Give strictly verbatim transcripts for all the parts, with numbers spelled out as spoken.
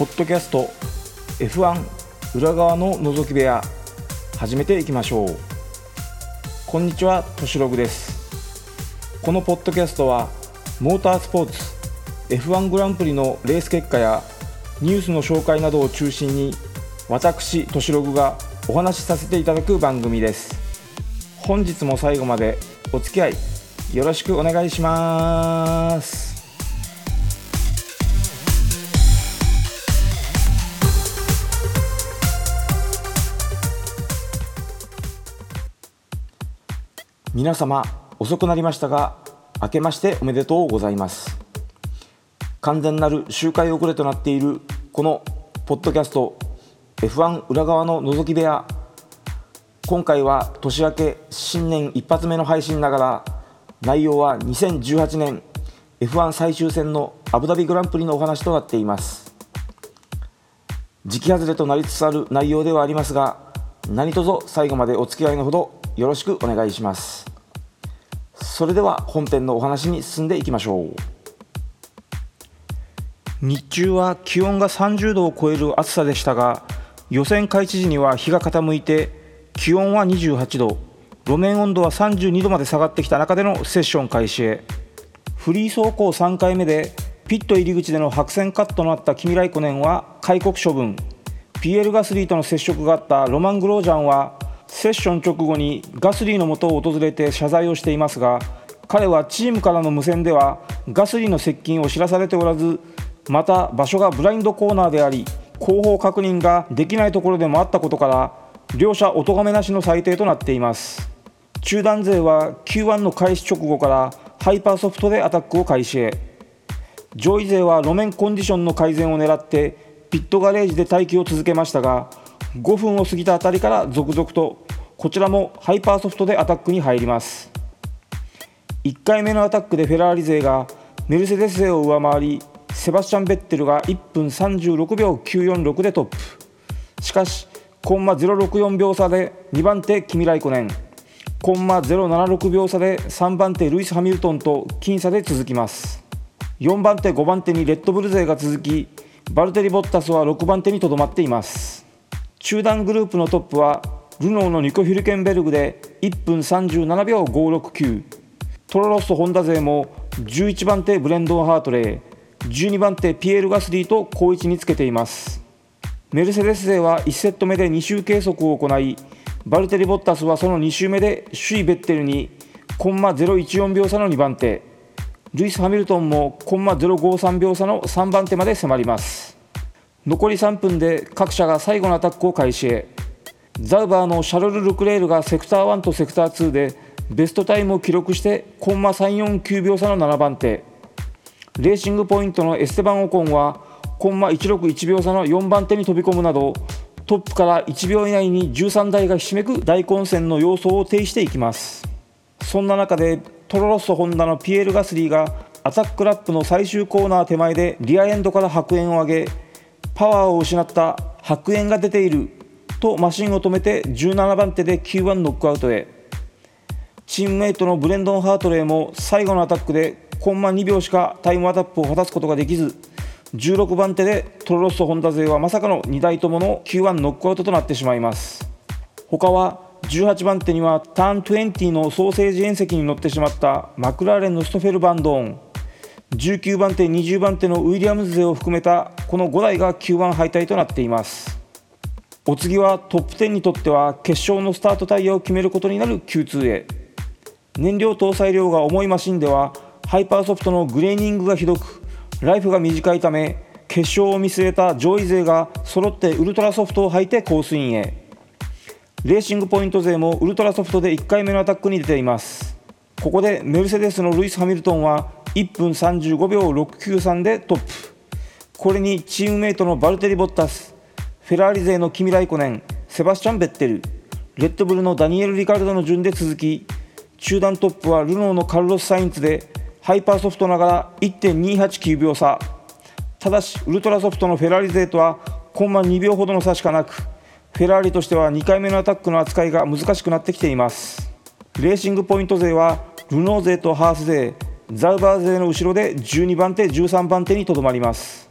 ポッドキャスト エフワン 裏側の覗き部屋、始めていきましょう。こんにちは、としログです。このポッドキャストはモータースポーツ エフワン グランプリのレース結果やニュースの紹介などを中心に、私としログがお話しさせていただく番組です。本日も最後までお付き合いよろしくお願いします。皆様遅くなりましたが、明けましておめでとうございます。完全なる周回遅れとなっているこのポッドキャスト エフワン 裏側の覗き部屋、今回は年明け新年一発目の配信ながら、内容はにせんじゅうはちねん エフワン 最終戦のアブダビグランプリのお話となっています。時期外れとなりつつある内容ではありますが、何卒最後までお付き合いのほどよろしくお願いします。それでは本編のお話に進んでいきましょう。日中は気温がさんじゅうどを超える暑さでしたが、予選開始時には日が傾いて気温はにじゅうはちど、路面温度はさんじゅうにどまで下がってきた中でのセッション開始へ。フリー走行さんかいめでピット入り口での白線カットのあったキミ・ライコネンは戒告処分。ピエール・ガスリーとの接触があったロマン・グロージャンはセッション直後にガスリーの元を訪れて謝罪をしていますが、彼はチームからの無線ではガスリーの接近を知らされておらず、また場所がブラインドコーナーであり、後方確認ができないところでもあったことから、両者お咎めなしの裁定となっています。中団勢は キューワン の開始直後からハイパーソフトでアタックを開始へ。上位勢は路面コンディションの改善を狙ってピットガレージで待機を続けましたが、ごふんを過ぎたあたりから続々とこちらもハイパーソフトでアタックに入ります。いっかいめのアタックでフェラーリ勢がメルセデス勢を上回り、セバスチャン・ベッテルがいっぷんさんじゅうろくびょうきゅうよんろくでトップ。しかしコンマゼロろくよんびょう差でにばん手キミ・ライコネン、コンマゼロななろくびょう差でさんばん手ルイス・ハミルトンと僅差で続きます。よんばん手ごばん手にレッドブル勢が続き、バルテリ・ボッタスはろくばん手にとどまっています。中団グループのトップはルノーのニコ・ヒュルケンベルグでいっぷんさんじゅうななびょうごろくきゅう。トロロッソホンダ勢もじゅういちばん手ブレンドン・ハートレー、じゅうにばん手ピエール・ガスリーと好位置につけています。メルセデス勢はいちセット目でに周計測を行い、バルテリ・ボッタスはそのに周目で首位ベッテルにコンマゼロいちよんびょう差のにばん手、ルイス・ハミルトンもコンマゼロごさんびょう差のさんばん手まで迫ります。残りさんぷんで各社が最後のアタックを開始へ。ザウバーのシャルル・ルクレールがセクターワンとセクターツーでベストタイムを記録してコンマさんよんきゅうびょう差のななばん手、レーシングポイントのエステバン・オコンはコンマいちろくいちびょう差のよんばん手に飛び込むなど、トップからいちびょう以内にじゅうさんだいがひしめく大混戦の様相を呈していきます。そんな中でトロロッソホンダのピエール・ガスリーがアタックラップの最終コーナー手前でリアエンドから白煙を上げ、パワーを失った白煙が出ているとマシンを止めてじゅうななばん手で キューワン ノックアウトへ。チームメイトのブレンドン・ハートレーも最後のアタックでコンマにびょうしかタイムアタップを果たすことができず、じゅうろくばん手でトロロッソホンダ勢はまさかのにだいともの キューワン ノックアウトとなってしまいます。他はじゅうはちばん手にはターンにじゅうのソーセージ縁石に乗ってしまったマクラーレンのストフェル・バンドーン、じゅうきゅうばん手にじゅうばん手のウィリアムズ勢を含めたこのごだいが キューワン 敗退となっています。お次はトップじゅうにとっては決勝のスタートタイヤを決めることになる キューツー へ。燃料搭載量が重いマシンではハイパーソフトのグレーニングがひどく、ライフが短いため、決勝を見据えた上位勢が揃ってウルトラソフトを履いてコースインへ。レーシングポイント勢もウルトラソフトでいっかいめのアタックに出ています。ここでメルセデスのルイス・ハミルトンはいっぷんさんじゅうごびょうろくきゅうさんでトップ。これにチームメイトのバルテリ・ボッタス、フェラーリ勢のキミ・ライコネン、セバスチャン・ベッテル、レッドブルのダニエル・リカルドの順で続き、中団トップはルノーのカルロス・サインツでハイパーソフトながら いってんにはちきゅうびょう差。ただしウルトラソフトのフェラーリ勢とはコンマにびょうほどの差しかなく、フェラーリとしてはにかいめのアタックの扱いが難しくなってきています。レーシングポイント勢はルノー勢とハース勢、ザウバー勢の後ろでじゅうにばん手じゅうさんばん手にとどまります。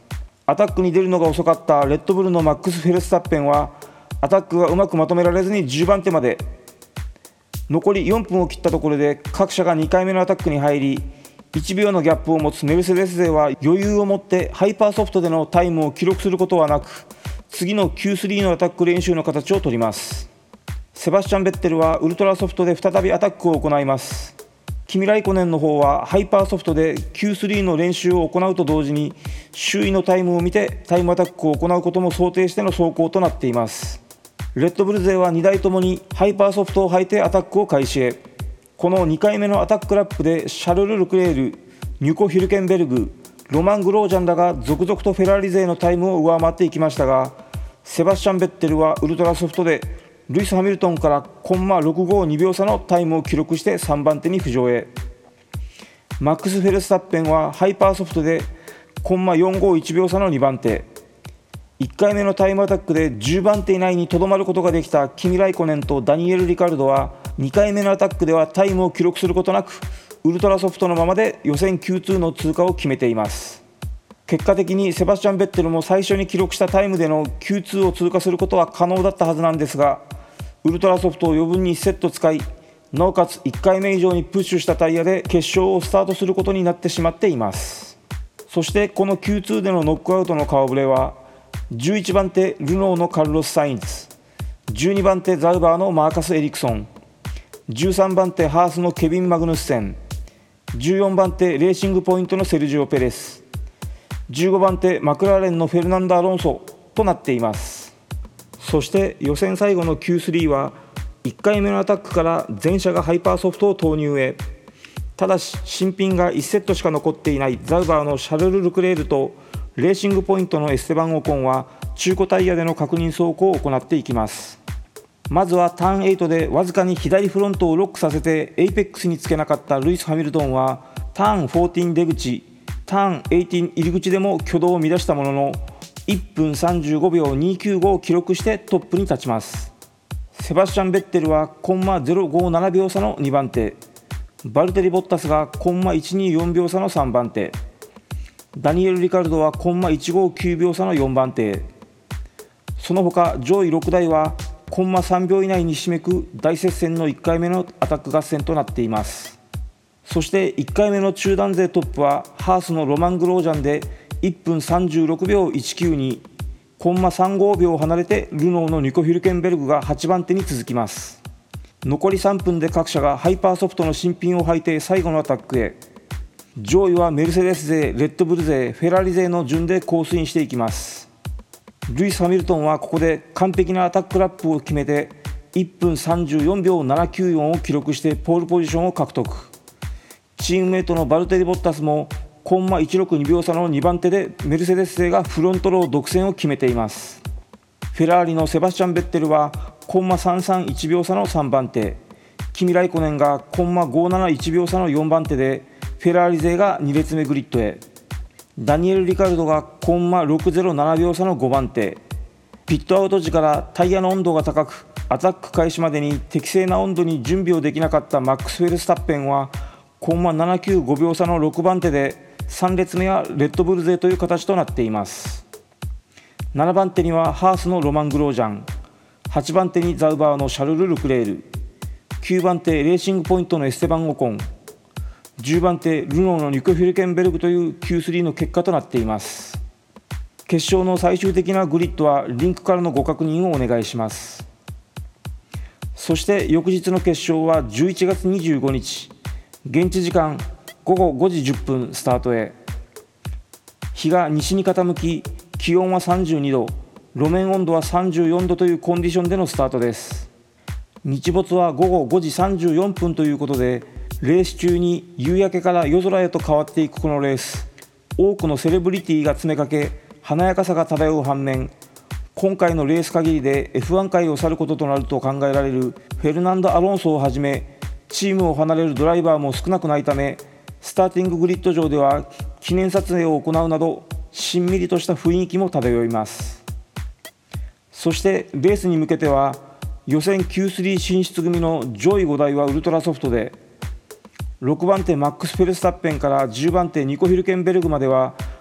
アタックに出るのが遅かったレッドブルのマックス・フェルスタッペンはアタックがうまくまとめられずにじゅうばん手まで。残りよんぷんを切ったところで各社がにかいめのアタックに入り、いちびょうのギャップを持つメルセデス勢は余裕を持ってハイパーソフトでのタイムを記録することはなく、次の キュースリー のアタック練習の形をとります。セバスチャン・ベッテルはウルトラソフトで再びアタックを行います。キミ・ライコネンの方はハイパーソフトで キュースリー の練習を行うと同時に周囲のタイムを見てタイムアタックを行うことも想定しての走行となっています。レッドブル勢はにだいともにハイパーソフトを履いてアタックを開始へ。このにかいめのアタックラップでシャルル・ルクレール、ニュコ・ヒルケンベルグ、ロマン・グロージャンらが続々とフェラーリ勢のタイムを上回っていきましたが、セバスチャン・ベッテルはウルトラソフトでルイス・ハミルトンからコンマろくごにびょう差のタイムを記録してさんばん手に浮上へ。マックス・フェルスタッペンはハイパーソフトでコンマよんごいちびょう差のにばん手。いっかいめのタイムアタックでじゅうばん手以内にとどまることができたキミ・ライコネンとダニエル・リカルドはにかいめのアタックではタイムを記録することなくウルトラソフトのままで予選 キューツー の通過を決めています。結果的にセバスチャン・ベッテルも最初に記録したタイムでの キューツー を通過することは可能だったはずなんですが、ウルトラソフトを余分にいちセット使い、なおかついっかいめ以上にプッシュしたタイヤで決勝をスタートすることになってしまっています。そしてこの キューツー でのノックアウトの顔ぶれはじゅういちばん手ルノーのカルロス・サインズ、じゅうにばん手ザウバーのマーカス・エリクソン、じゅうさんばん手ハースのケビン・マグヌッセン、じゅうよんばん手レーシングポイントのセルジオ・ペレス、じゅうごばん手マクラーレンのフェルナンド・アロンソとなっています。そして予選最後の キュースリー はいっかいめのアタックから全車がハイパーソフトを投入へ。ただし新品がいちセットしか残っていないザウバーのシャルル・ルクレールとレーシングポイントのエステバン・オコンは中古タイヤでの確認走行を行っていきます。まずはターンはちでわずかに左フロントをロックさせてエイペックスにつけなかったルイス・ハミルトンはターンじゅうよん出口、ターンじゅうはち入り口でも挙動を乱したもののいっぷんさんじゅうごびょうにきゅうごを記録してトップに立ちます。セバスチャン・ベッテルはコンマゼロごななびょう差のにばん手、バルテリ・ボッタスがコンマいちによんびょう差のさんばん手、ダニエル・リカルドはコンマいちごきゅうびょう差のよんばん手。その他上位ろくだいはコンマさんびょう以内にひしめく大接戦のいっかいめのアタック合戦となっています。そしていっかいめの中団勢トップはハースのロマン・グロージャンでいっぷんさんじゅうろくびょういちきゅうに、コンマさんじゅうごびょう離れてルノーのニコ・ヒルケンベルグがはちばん手に続きます。残りさんぷんで各社がハイパーソフトの新品を履いて最後のアタックへ。上位はメルセデス勢、レッドブル勢、フェラーリ勢の順でコースインしていきます。ルイス・ハミルトンはここで完璧なアタックラップを決めていっぷんさんじゅうよんびょうななきゅうよんを記録してポールポジションを獲得。チームメイトのバルテリ・ボッタスもコンマいちろくにびょう差のにばん手でメルセデス勢がフロントロー独占を決めています。フェラーリのセバスチャン・ベッテルはコンマさんさんいちびょう差のさんばん手、キミ・ライコネンがコンマごなないちびょう差のよんばん手でフェラーリ勢がに列目グリッドへ。ダニエル・リカルドがコンマろくぜろななびょう差のごばん手。ピットアウト時からタイヤの温度が高くアタック開始までに適正な温度に準備をできなかったマックス・フェルスタッペンはコンマななきゅうごびょう差のろくばん手でさん列目はレッドブル勢という形となっています。ななばん手にはハースのロマン・グロージャン、はちばん手にザウバーのシャルル・ルクレール、きゅうばん手レーシングポイントのエステバン・オコン、じゅうばん手ルノーのニコ・フィルケンベルグという キュースリー の結果となっています。決勝の最終的なグリッドはリンクからのご確認をお願いします。そして翌日の決勝はじゅういちがつにじゅうごにち、現地時間ごごごじじゅっぷんスタートへ。日が西に傾き、気温はさんじゅうにど、路面温度はさんじゅうよんどというコンディションでのスタートです。日没はごごごじさんじゅうよんぷんということで、レース中に夕焼けから夜空へと変わっていくこのレース、多くのセレブリティが詰めかけ華やかさが漂う反面、今回のレース限りで エフワン 界を去ることとなると考えられるフェルナンド・アロンソをはじめチームを離れるドライバーも少なくないため、スターティンググリッド上では記念撮影を行うなどしんみりとした雰囲気も漂います。そしてレースに向けては予選 キュースリー 進出組の上位ごだいはウルトラソフトで、ろくばん手マックス・フェルスタッペンからじゅうばん手ニコ・ヒルケンベルグまでは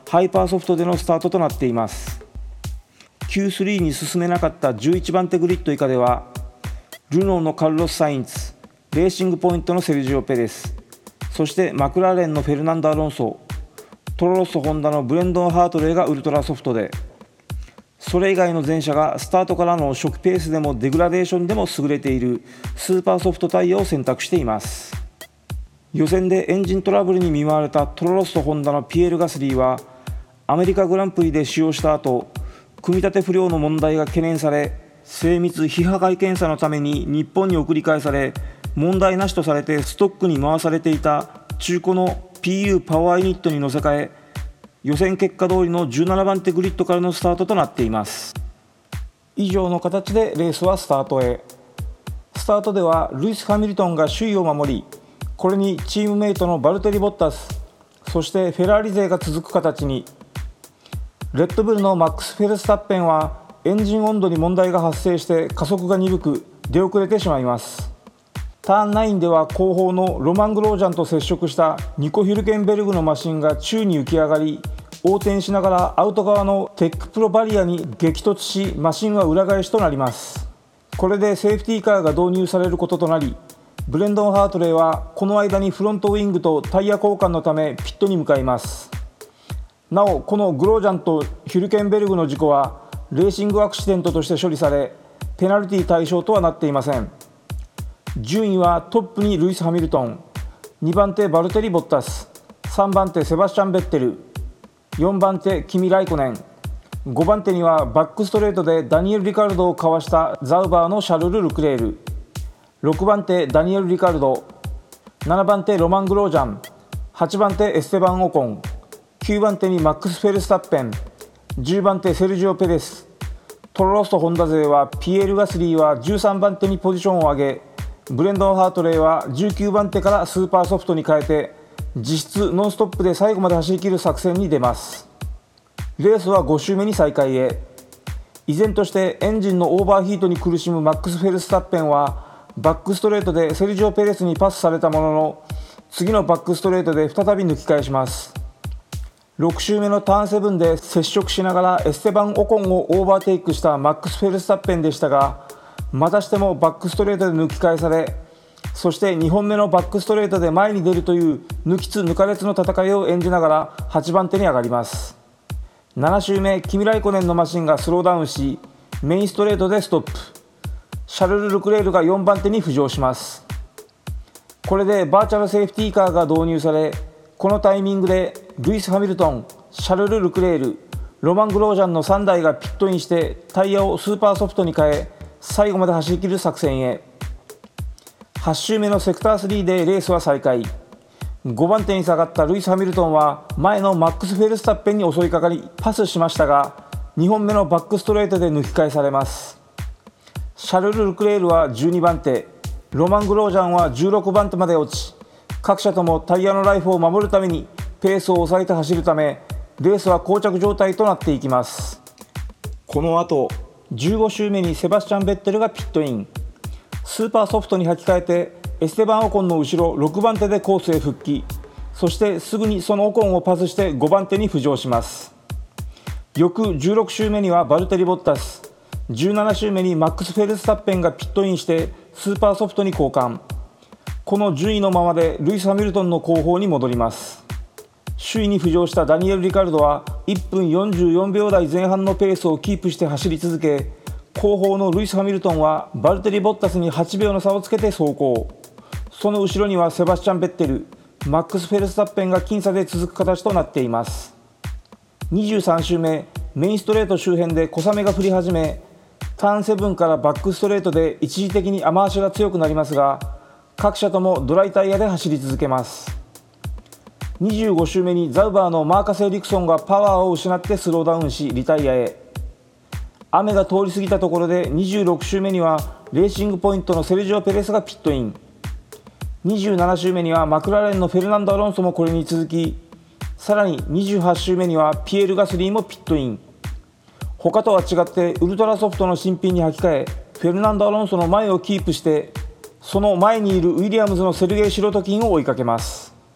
ハイパーソフトでのスタートとなっています。 キュースリー に進めなかったじゅういちばん手グリッド以下ではルノーのカルロス・サインツ、レーシングポイントのセルジオ・ペレス、そしてマクラーレンのフェルナンド・アロンソ、トロロッソ・ホンダのブレンドン・ハートレーがウルトラソフトで、それ以外の全車がスタートからの初期ペースでもデグラデーションでも優れているスーパーソフトタイヤを選択しています。予選でエンジントラブルに見舞われたトロロッソ・ホンダのピエール・ガスリーはアメリカグランプリで使用した後、組み立て不良の問題が懸念され、精密非破壊検査のために日本に送り返され、問題なしとされてストックに回されていた中古の ピーユー パワーユニットに乗せ替え、予選結果通りのじゅうななばん手グリッドからのスタートとなっています。以上の形でレースはスタートへ。スタートではルイス・ハミルトンが首位を守り、これにチームメイトのバルテリ・ボッタス、そしてフェラーリ勢が続く形に。レッドブルのマックス・フェルスタッペンはエンジン温度に問題が発生して加速が鈍く出遅れてしまいます。ターンナインでは後方のロマン・グロージャンと接触したニコ・ヒュルケンベルグのマシンが宙に浮き上がり、横転しながらアウト側のテックプロバリアに激突し、マシンは裏返しとなります。これでセーフティーカーが導入されることとなり、ブレンドン・ハートレーはこの間にフロントウィングとタイヤ交換のためピットに向かいます。なおこのグロージャンとヒュルケンベルグの事故はレーシングアクシデントとして処理され、ペナルティ対象とはなっていません。順位はトップにルイス・ハミルトン、にばん手バルテリ・ボッタス、さんばん手セバスチャン・ベッテル、よんばん手キミ・ライコネン、ごばん手にはバックストレートでダニエル・リカルドをかわしたザウバーのシャルル・ルクレール、ろくばん手ダニエル・リカルド、ななばん手ロマン・グロージャン、はちばん手エステバン・オコン、きゅうばん手にマックス・フェルスタッペン、じゅうばん手セルジオ・ペレス。トロロッソ・ホンダ勢はピエール・ガスリーはじゅうさんばん手にポジションを上げ、ブレンドン・ハートレーはじゅうきゅうばん手からスーパーソフトに変えて実質ノンストップで最後まで走り切る作戦に出ます。レースはご周目に再開へ。依然としてエンジンのオーバーヒートに苦しむマックス・フェルスタッペンはバックストレートでセルジオ・ペレスにパスされたものの、次のバックストレートで再び抜き返します。ろく周目のターンセブンで接触しながらエステバン・オコンをオーバーテイクしたマックス・フェルスタッペンでしたが、またしてもバックストレートで抜き返され、そしてにほんめのバックストレートで前に出るという抜きつ抜かれつの戦いを演じながらはちばん手に上がります。なな周目キミ・ライコネンのマシンがスローダウンし、メインストレートでストップ。シャルル・ルクレールがよんばん手に浮上します。これでバーチャルセーフティーカーが導入され、このタイミングでルイス・ハミルトン、シャルル・ルクレール、ロマン・グロージャンのさんだいがピットインしてタイヤをスーパーソフトに変え、最後まで走り切る作戦へ。はち周目のセクタースリーでレースは再開。ごばん手に下がったルイス・ハミルトンは前のマックス・フェルスタッペンに襲いかかりパスしましたが、にほんめのバックストレートで抜き返されます。シャルル・ルクレールはじゅうにばん手、ロマン・グロージャンはじゅうろくばん手まで落ち、各社ともタイヤのライフを守るためにペースを抑えて走るため、レースは膠着状態となっていきます。この後じゅうご周目にセバスチャン・ベッテルがピットイン。スーパーソフトに履き替えてエステバン・オコンの後ろろくばん手でコースへ復帰。そしてすぐにそのオコンをパスしてごばん手に浮上します。翌じゅうろく周目にはバルテリ・ボッタス、じゅうなな周目にマックス・フェルスタッペンがピットインしてスーパーソフトに交換。この順位のままでルイス・ハミルトンの後方に戻ります。首位に浮上したダニエル・リカルドはいっぷんよんじゅうよんびょう台前半のペースをキープして走り続け、後方のルイス・ハミルトンはバルテリ・ボッタスにはちびょうの差をつけて走行。その後ろにはセバスチャン・ベッテル、マックス・フェルスタッペンが僅差で続く形となっています。にじゅうさん周目、メインストレート周辺で小雨が降り始め、ターンセブンからバックストレートで一時的に雨足が強くなりますが、各社ともドライタイヤで走り続けます。にじゅうご周目にザウバーのマーカス・エリクソンがパワーを失ってスローダウンしリタイアへ。雨が通り過ぎたところでにじゅうろく周目にはレーシングポイントのセルジオ・ペレスがピットイン。にじゅうなな周目にはマクラーレンのフェルナンド・アロンソもこれに続き、さらににじゅうはち周目にはピエール・ガスリーもピットイン。他とは違ってウルトラソフトの新品に履き替え、フェルナンド・アロンソの前をキープして、その前にいるウィリアムズのセルゲイ・シロトキンを追いかけます。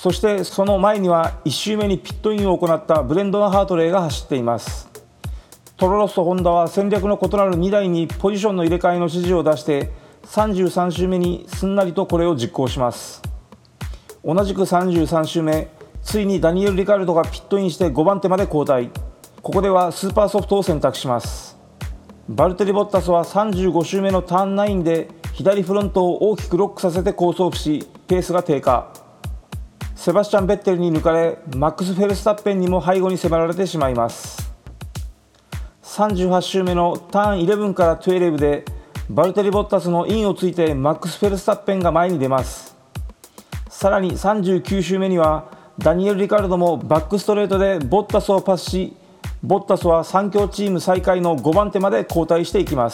そしてその前にはいち周目にピットインを行ったブレンドン・ハートレーが走っています。トロロッソホンダは戦略の異なるにだいにポジションの入れ替えの指示を出してさんじゅうさん周目にすんなりとこれを実行します。同じくさんじゅうさん周目、ついにダニエル・リカルドがピットインしてごばん手まで後退。ここではスーパーソフトを選択します。バルテリ・ボッタスはさんじゅうご周目のターンナインで左フロントを大きくロックさせてコースオフし、ペースが低下。セバスチャン・ベッテルに抜かれ、マックス・フェルスタッペンにも背後に迫られてしまいます。さんじゅうはち周目のターンじゅういちからじゅういちでバルテリ・ボッタスのインをついてマックス・フェルスタッペンが前に出ます。さらにさんじゅうきゅう周目にはダニエル・リカルドもバックストレートでボッタスをパスし、ボッタスはさん強チーム最下位のごばん手まで後退していきます。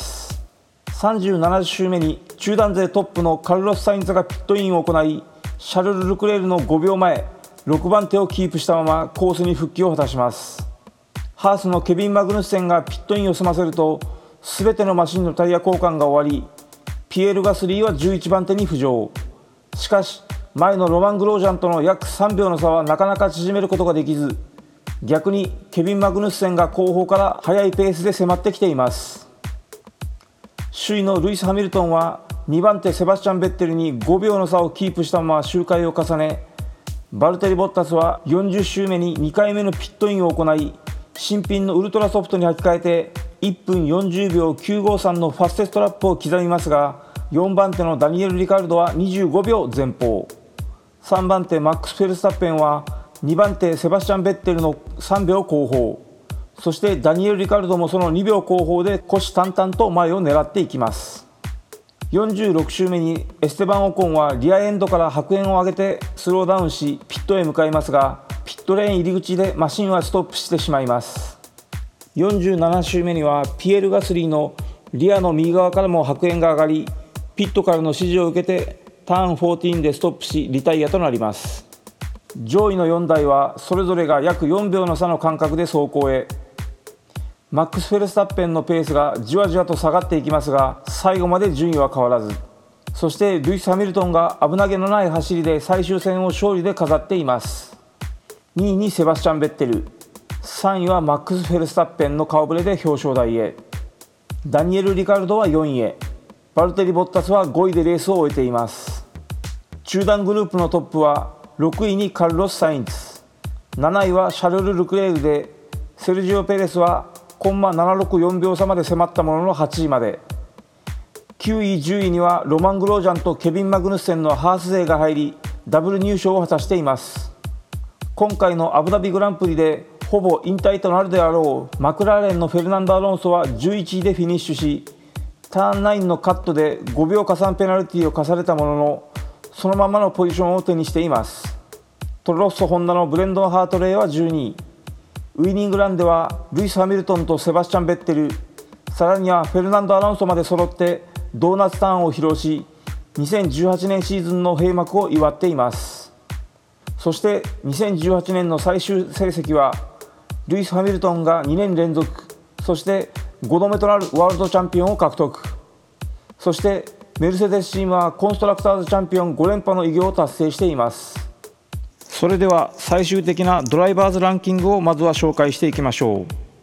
さんじゅうなな周目に中団勢トップのカルロス・サインズがピットインを行い、シャルル・ルクレールのごびょうまえ、ろくばん手をキープしたままコースに復帰を果たします。ハースのケビン・マグヌッセンがピットインを済ませると、すべてのマシンのタイヤ交換が終わり、ピエール・ガスリーはじゅういちばん手に浮上。しかし前のロマン・グロージャンとの約さんびょうの差はなかなか縮めることができず、逆にケビン・マグヌッセンが後方から速いペースで迫ってきています。首位のルイス・ハミルトンはにばん手セバスチャン・ベッテルにごびょうの差をキープしたまま周回を重ね、バルテリ・ボッタスはよんじゅう周目ににかいめのピットインを行い、新品のウルトラソフトに履き替えていっぷんよんじゅうびょうきゅうごさんのファステストラップを刻みますが、よんばん手のダニエル・リカルドはにじゅうごびょう前方、さんばん手マックス・フェルスタッペンはにばん手セバスチャン・ベッテルのさんびょう後方、そしてダニエル・リカルドもそのにびょう後方で虎視眈々と前を狙っていきます。よんじゅうろく周目にエステバン・オコンはリアエンドから白煙を上げてスローダウンしピットへ向かいますが、ピットレーン入り口でマシンはストップしてしまいます。よんじゅうなな周目にはピエール・ガスリーのリアの右側からも白煙が上がり、ピットからの指示を受けてターンじゅうよんでストップしリタイアとなります。上位のよんだいはそれぞれが約よんびょうの差の間隔で走行へ。マックス・フェルスタッペンのペースがじわじわと下がっていきますが、最後まで順位は変わらず、そしてルイス・ハミルトンが危なげのない走りで最終戦を勝利で飾っています。にいにセバスチャン・ベッテル、さんいはマックス・フェルスタッペンの顔ぶれで表彰台へ。ダニエル・リカルドはよんいへ、バルテリ・ボッタスはごいでレースを終えています。中団グループのトップはろくいにカルロス・サインズ、なないはシャルル・ルクレールで、セルジオ・ペレスはコンマななろくよんびょう差まで迫ったもののはちいまで、きゅういじゅういにはロマン・グロージャンとケビン・マグヌッセンのハース勢が入りダブル入賞を果たしています。今回のアブダビグランプリでほぼ引退となるであろうマクラーレンのフェルナンド・アロンソはじゅういちいでフィニッシュし、ターンナインのカットでごびょう加算ペナルティを課されたものの、そのままのポジションを手にしています。トロロッソホンダのブレンドン・ハートレーはじゅうにい、ウイニングランではルイス・ハミルトンとセバスチャン・ベッテル、さらにはフェルナンド・アロンソまで揃ってドーナツターンを披露し、にせんじゅうはちねんシーズンの閉幕を祝っています。そしてにせんじゅうはちねんの最終成績はルイス・ハミルトンがにねん連続、そしてごどめとなるワールドチャンピオンを獲得、そしてメルセデスチームはコンストラクターズチャンピオンご連覇の偉業を達成しています。それでは最終的なドライバーズランキングをまずは紹介していきましょう。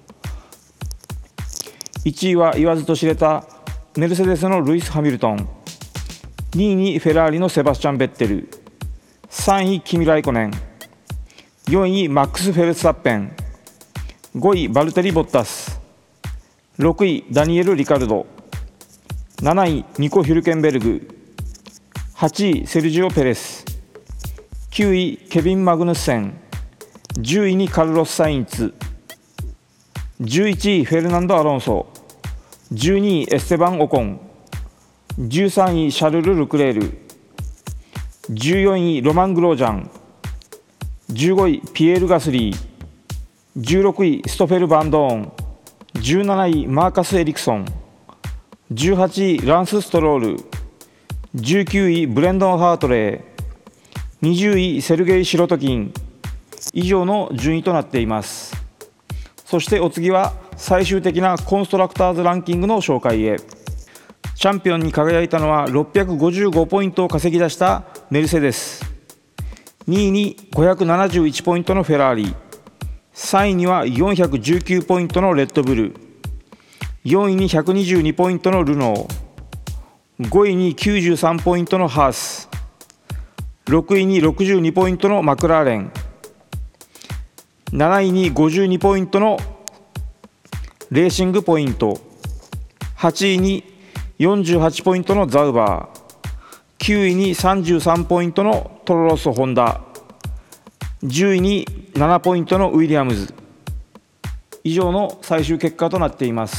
いちいは言わずと知れたメルセデスのルイス・ハミルトン、にいにフェラーリのセバスチャン・ベッテル、さんいキミ・ライコネン、よんいマックス・フェルスタッペン、ごいバルテリ・ボッタス、ろくいダニエル・リカルド、なないニコ・ヒュルケンベルグ、はちいセルジオ・ペレス、きゅういケビン・マグヌッセン、じゅういにカルロス・サインツ、じゅういちいフェルナンド・アロンソ、じゅうにいエステバン・オコン、じゅうさんいシャルル・ルクレール、じゅうよんいロマン・グロージャン、じゅうごいピエール・ガスリー、じゅうろくいストフェル・バンドーン、じゅうなないマーカス・エリクソン、じゅうはちいランス・ストロール、じゅうきゅういブレンドン・ハートレー、にじゅういセルゲイ・シロトキン、以上の順位となっています。そしてお次は最終的なコンストラクターズランキングの紹介へ。チャンピオンに輝いたのはろっぴゃくごじゅうごポイントを稼ぎ出したメルセデス、 にいにごひゃくななじゅういちポイントのフェラーリ、さんいにはよんひゃくじゅうきゅうポイントのレッドブル、よんいにひゃくにじゅうにポイントのルノー、ごいにきゅうじゅうさんポイントのハース、ろくいにろくじゅうにポイントのマクラーレン、なないにごじゅうにポイントのレーシングポイント、はちいによんじゅうはちポイントのザウバー、きゅういにさんじゅうさんポイントのトロロソホンダ、じゅういにななポイントのウィリアムズ。以上の最終結果となっています。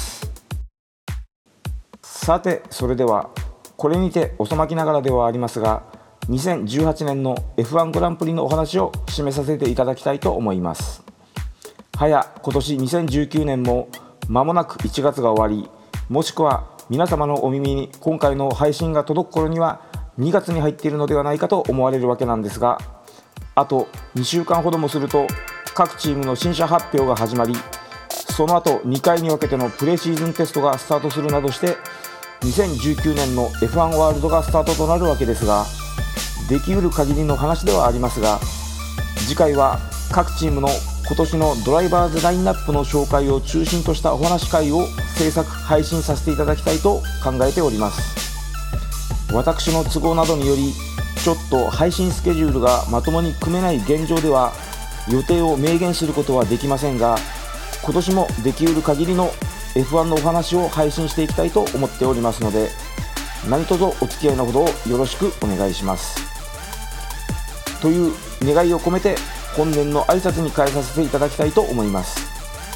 さて、それではこれにて遅まきながらではありますが、にせんじゅうはちねんの エフワン グランプリのお話を締めさせていただきたいと思います。はや今年にせんじゅうきゅうねんも間もなくいちがつが終わり、もしくは皆様のお耳に今回の配信が届く頃にはにがつに入っているのではないかと思われるわけなんですが、あとにしゅうかんほどもすると各チームの新車発表が始まり、その後にかいに分けてのプレシーズンテストがスタートするなどしてにせんじゅうきゅうねんの エフワン ワールドがスタートとなるわけですが、できうる限りの話ではありますが、次回は各チームの今年のドライバーズラインナップの紹介を中心としたお話会を制作配信させていただきたいと考えております。私の都合などによりちょっと配信スケジュールがまともに組めない現状では予定を明言することはできませんが、今年もできうる限りの エフワン のお話を配信していきたいと思っておりますので、何卒お付き合いのほどをよろしくお願いしますという願いを込めて本年の挨拶に変えさせていただきたいと思います。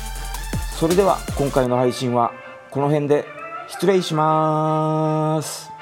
それでは今回の配信はこの辺で失礼します。